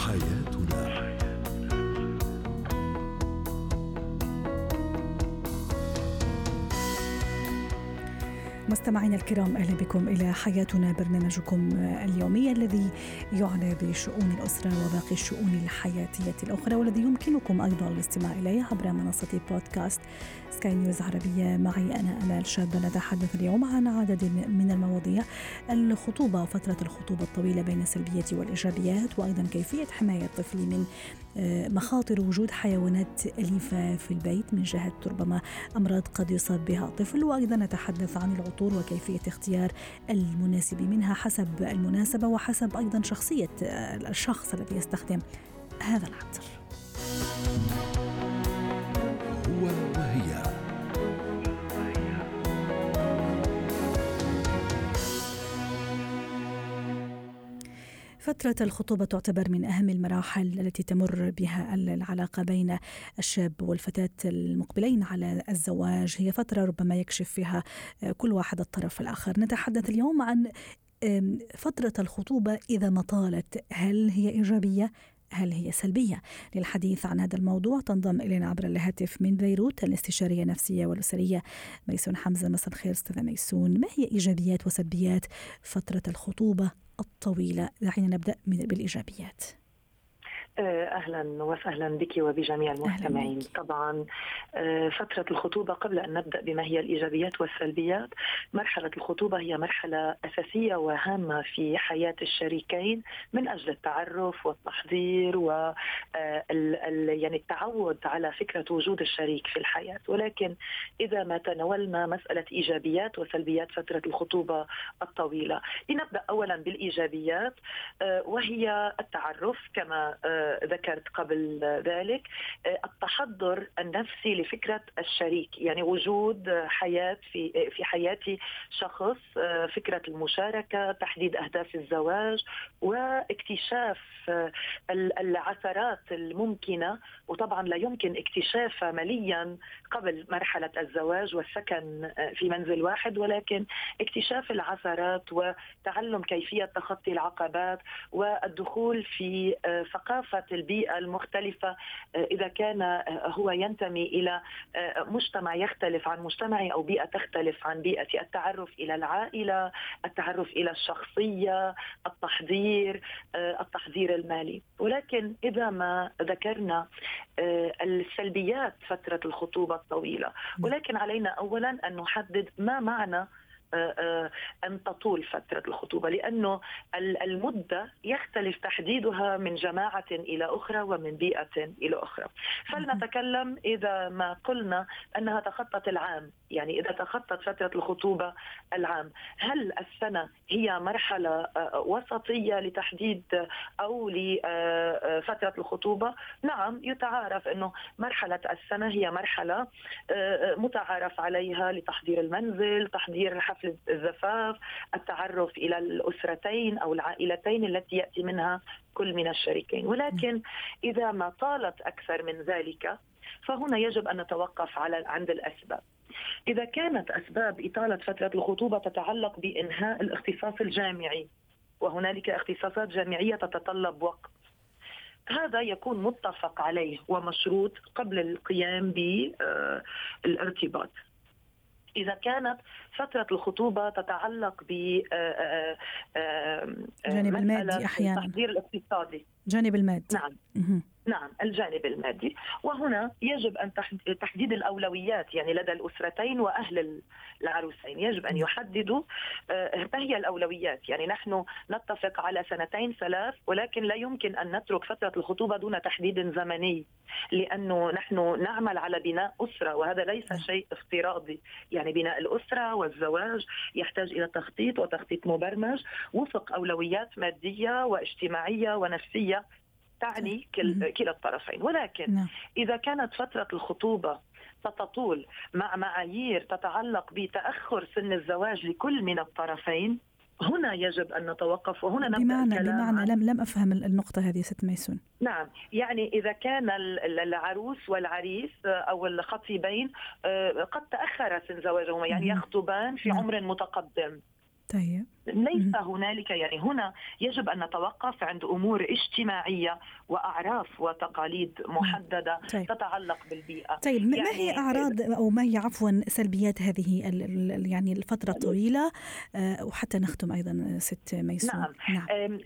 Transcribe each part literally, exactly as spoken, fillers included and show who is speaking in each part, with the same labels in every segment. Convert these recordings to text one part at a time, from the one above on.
Speaker 1: حياتنا.
Speaker 2: مستمعينا الكرام، أهلا بكم إلى حياتنا، برنامجكم اليومي الذي يعنى بشؤون الأسرة وباقي الشؤون الحياتية الأخرى، والذي يمكنكم أيضا الاستماع إليه عبر منصة بودكاست سكاي نيوز عربية. معي أنا أمال شاب. نتحدث اليوم عن عدد من المواضيع: الخطوبة وفترة الخطوبة الطويلة بين السلبيات والإيجابيات، وأيضا كيفية حماية الطفل من مخاطر وجود حيوانات أليفة في البيت من جهة ربما أمراض قد يصاب بها الطفل، وأيضا نتحدث عن العطور وكيفية اختيار المناسب منها حسب المناسبة وحسب أيضا شخصية الشخص الذي يستخدم هذا العطر.
Speaker 1: هو وهي.
Speaker 2: فترة الخطوبة تعتبر من أهم المراحل التي تمر بها العلاقة بين الشاب والفتاة المقبلين على الزواج. هي فترة ربما يكشف فيها كل واحد الطرف الآخر. نتحدث اليوم عن فترة الخطوبة إذا ما طالت، هل هي إيجابية؟ هل هي سلبية؟ للحديث عن هذا الموضوع تنضم إلينا عبر الهاتف من بيروت الاستشارية النفسية والأسرية ميسون حمزة. مساء الخير أستاذة ميسون. ما هي إيجابيات وسلبيات فترة الخطوبة الطويلة؟ دعينا نبدأ بالإيجابيات.
Speaker 3: أهلا وسهلا بك وبجميع المستمعين. طبعا فترة الخطوبة، قبل أن نبدأ بما هي الإيجابيات والسلبيات، مرحلة الخطوبة هي مرحلة أساسية وهامة في حياة الشريكين من أجل التعرف والتحضير و يعني التعود على فكرة وجود الشريك في الحياة. ولكن إذا ما تناولنا مسألة إيجابيات وسلبيات فترة الخطوبة الطويلة، لنبدأ أولا بالإيجابيات، وهي التعرف كما ذكرت قبل ذلك، التحضر النفسي لفكرة الشريك، يعني وجود حياة في في حياتي شخص، فكرة المشاركة، تحديد أهداف الزواج واكتشاف العثرات الممكنة. وطبعا لا يمكن اكتشافها مليا قبل مرحلة الزواج والسكن في منزل واحد، ولكن اكتشاف العثرات وتعلم كيفية تخطي العقبات والدخول في ثقافة البيئة المختلفة. إذا كان هو ينتمي إلى مجتمع يختلف عن مجتمعي أو بيئة تختلف عن بيئتي، التعرف إلى العائلة، التعرف إلى الشخصية، التحضير، التحضير المالي. ولكن إذا ما ذكرنا السلبيات فترة الخطوبة الطويلة، ولكن علينا أولا أن نحدد ما معنى أن تطول فترة الخطوبة، لأنه المدة يختلف تحديدها من جماعة إلى أخرى ومن بيئة إلى أخرى. فلنتكلم إذا ما قلنا أنها تخطت العام، يعني إذا تخطت فترة الخطوبة العام، هل السنة هي مرحلة وسطية لتحديد أو لفترة الخطوبة؟ نعم، يتعارف أنه مرحلة السنة هي مرحلة متعارف عليها لتحضير المنزل، تحضير حفل الزفاف، التعرف إلى الأسرتين أو العائلتين التي يأتي منها كل من الشريكين. ولكن إذا ما طالت أكثر من ذلك، فهنا يجب أن نتوقف على عند الأسباب. إذا كانت أسباب إطالة فترة الخطوبة تتعلق بإنهاء الاختصاص الجامعي، وهنالك اختصاصات جامعية تتطلب وقت، هذا يكون متفق عليه ومشروط قبل القيام بالارتباط. إذا كانت فترة الخطوبة تتعلق ب
Speaker 2: جانب المادي أحيانا،
Speaker 3: التحضير الاقتصادي،
Speaker 2: جانب المادي،
Speaker 3: نعم نعم الجانب المادي، وهنا يجب أن تحديد الأولويات، يعني لدى الأسرتين وأهل العروسين يجب أن يحددوا ما هي الأولويات. يعني نحن نتفق على سنتين ثلاث، ولكن لا يمكن أن نترك فترة الخطوبة دون تحديد زمني، لأنه نحن نعمل على بناء أسرة، وهذا ليس شيء افتراضي. يعني بناء الأسرة والزواج يحتاج إلى تخطيط وتخطيط مبرمج وفق أولويات مادية واجتماعية ونفسية تعني كلا الطرفين. ولكن إذا كانت فترة الخطوبة ستطول مع معايير تتعلق بتأخر سن الزواج لكل من الطرفين، هنا يجب أن نتوقف. وهنا نبدأ
Speaker 2: بمعنى
Speaker 3: الكلام
Speaker 2: بمعنى
Speaker 3: عن...
Speaker 2: لم لم أفهم النقطة هذه ست ميسون.
Speaker 3: نعم، يعني إذا كان العروس والعريس أو الخطيبين قد تأخر سن زواجهما، يعني يخطبان في عمر متقدم،
Speaker 2: طيب
Speaker 3: ليس هنالك، يعني هنا يجب أن نتوقف عند أمور اجتماعية وأعراف وتقاليد محددة طيب. تتعلق بالبيئة.
Speaker 2: طيب يعني ما هي أعراض أو ما هي عفوا سلبيات هذه يعني الفترة الطويلة، وحتى نختم أيضا ست ميسون؟
Speaker 3: نعم, نعم.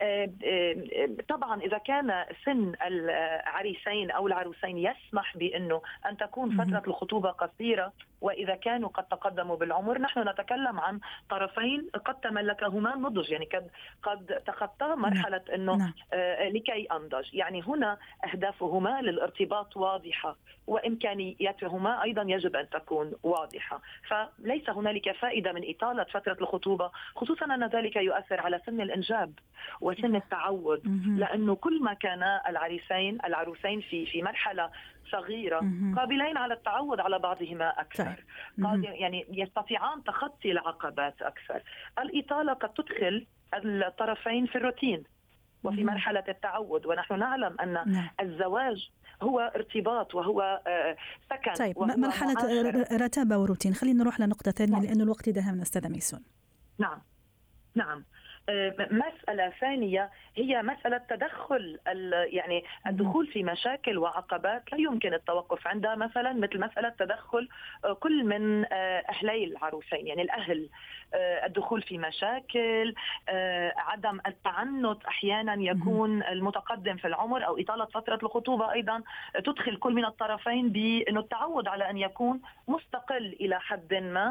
Speaker 3: طبعا إذا كان سن العريسين أو العروسين يسمح بأنه أن تكون فترة الخطوبة قصيرة، وإذا كانوا قد تقدموا بالعمر، نحن نتكلم عن طرفين قد تملكهما النضج، يعني قد قد تخطى مرحلة أنه نعم. آه لكي أنضج. يعني هنا أهدافهما للارتباط واضحة، وإمكانياتهما أيضا يجب أن تكون واضحة، فليس هنالك فائدة من إطالة فترة الخطوبة، خصوصا أن ذلك يؤثر على سن الإنجاب وسن التعود، لأنه كل ما كان العريسين العروسين في في مرحلة صغيرة قابلين على التعود على بعضهما أكثر، يعني يستطيعان تخطي العقبات أكثر. الإطالة قد تدخل الطرفين في الروتين وفي مرحلة التعود، ونحن نعلم أن نعم. الزواج هو ارتباط وهو سكن.
Speaker 2: طيب مرحلة رتابة وروتين. خلينا نروح لنقطة ثانية نعم. لأنه الوقت دهمنا أستاذة ميسون.
Speaker 3: نعم نعم مسألة ثانية هي مسألة تدخل، يعني الدخول في مشاكل وعقبات لا يمكن التوقف عندها، مثلا مثل مسألة تدخل كل من أهلي العروسين، يعني الأهل، الدخول في مشاكل، عدم التعنت أحيانا يكون المتقدم في العمر، أو إطالة فترة الخطوبة أيضا تدخل كل من الطرفين بأنه التعود على أن يكون مستقل إلى حد ما،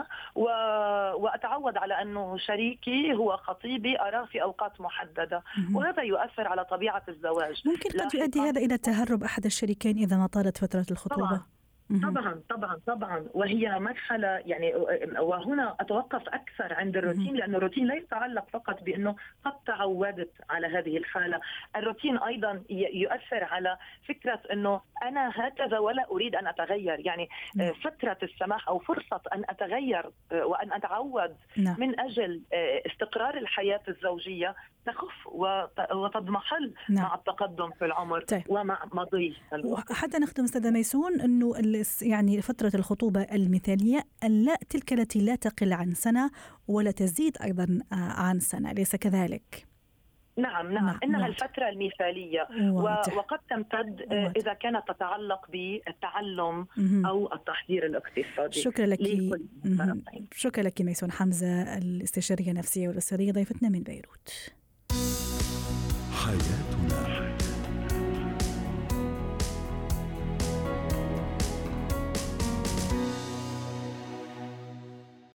Speaker 3: وأتعود على أنه شريكي هو خطيبي أراه في أوقات محددة، وهذا يؤثر على طبيعة الزواج.
Speaker 2: ممكن قد يؤدي هذا إلى تهرب أحد الشريكين إذا ما طالت فترة الخطوبة.
Speaker 3: طبعا. طبعا طبعا طبعا وهي مرحلة، يعني وهنا أتوقف أكثر عند الروتين، لأن الروتين لا يتعلق فقط بأنه قد تعودت على هذه الحالة، الروتين أيضا يؤثر على فكرة أنه أنا هكذا ولا أريد أن أتغير، يعني فترة السماح أو فرصة أن أتغير وأن أتعود من أجل استقرار الحياة الزوجية تخف وتضمحل مع التقدم في العمر طيب. ومع مضي الوقت.
Speaker 2: حتى نختم أستاذة ميسون أنه يعني فترة الخطوبة المثالية لا تلك التي لا تقل عن سنة ولا تزيد أيضا عن سنة، أليس كذلك؟
Speaker 3: نعم نعم, نعم إنها واضح. الفترة المثالية واضح. وقد تمتد واضح. إذا كانت تتعلق بالتعلم مم. أو التحضير الاقتصادي.
Speaker 2: شكرا لك شكرا لك ميسون حمزة، الاستشارية النفسية والأسرية، ضيفتنا من بيروت.
Speaker 1: حياتنا.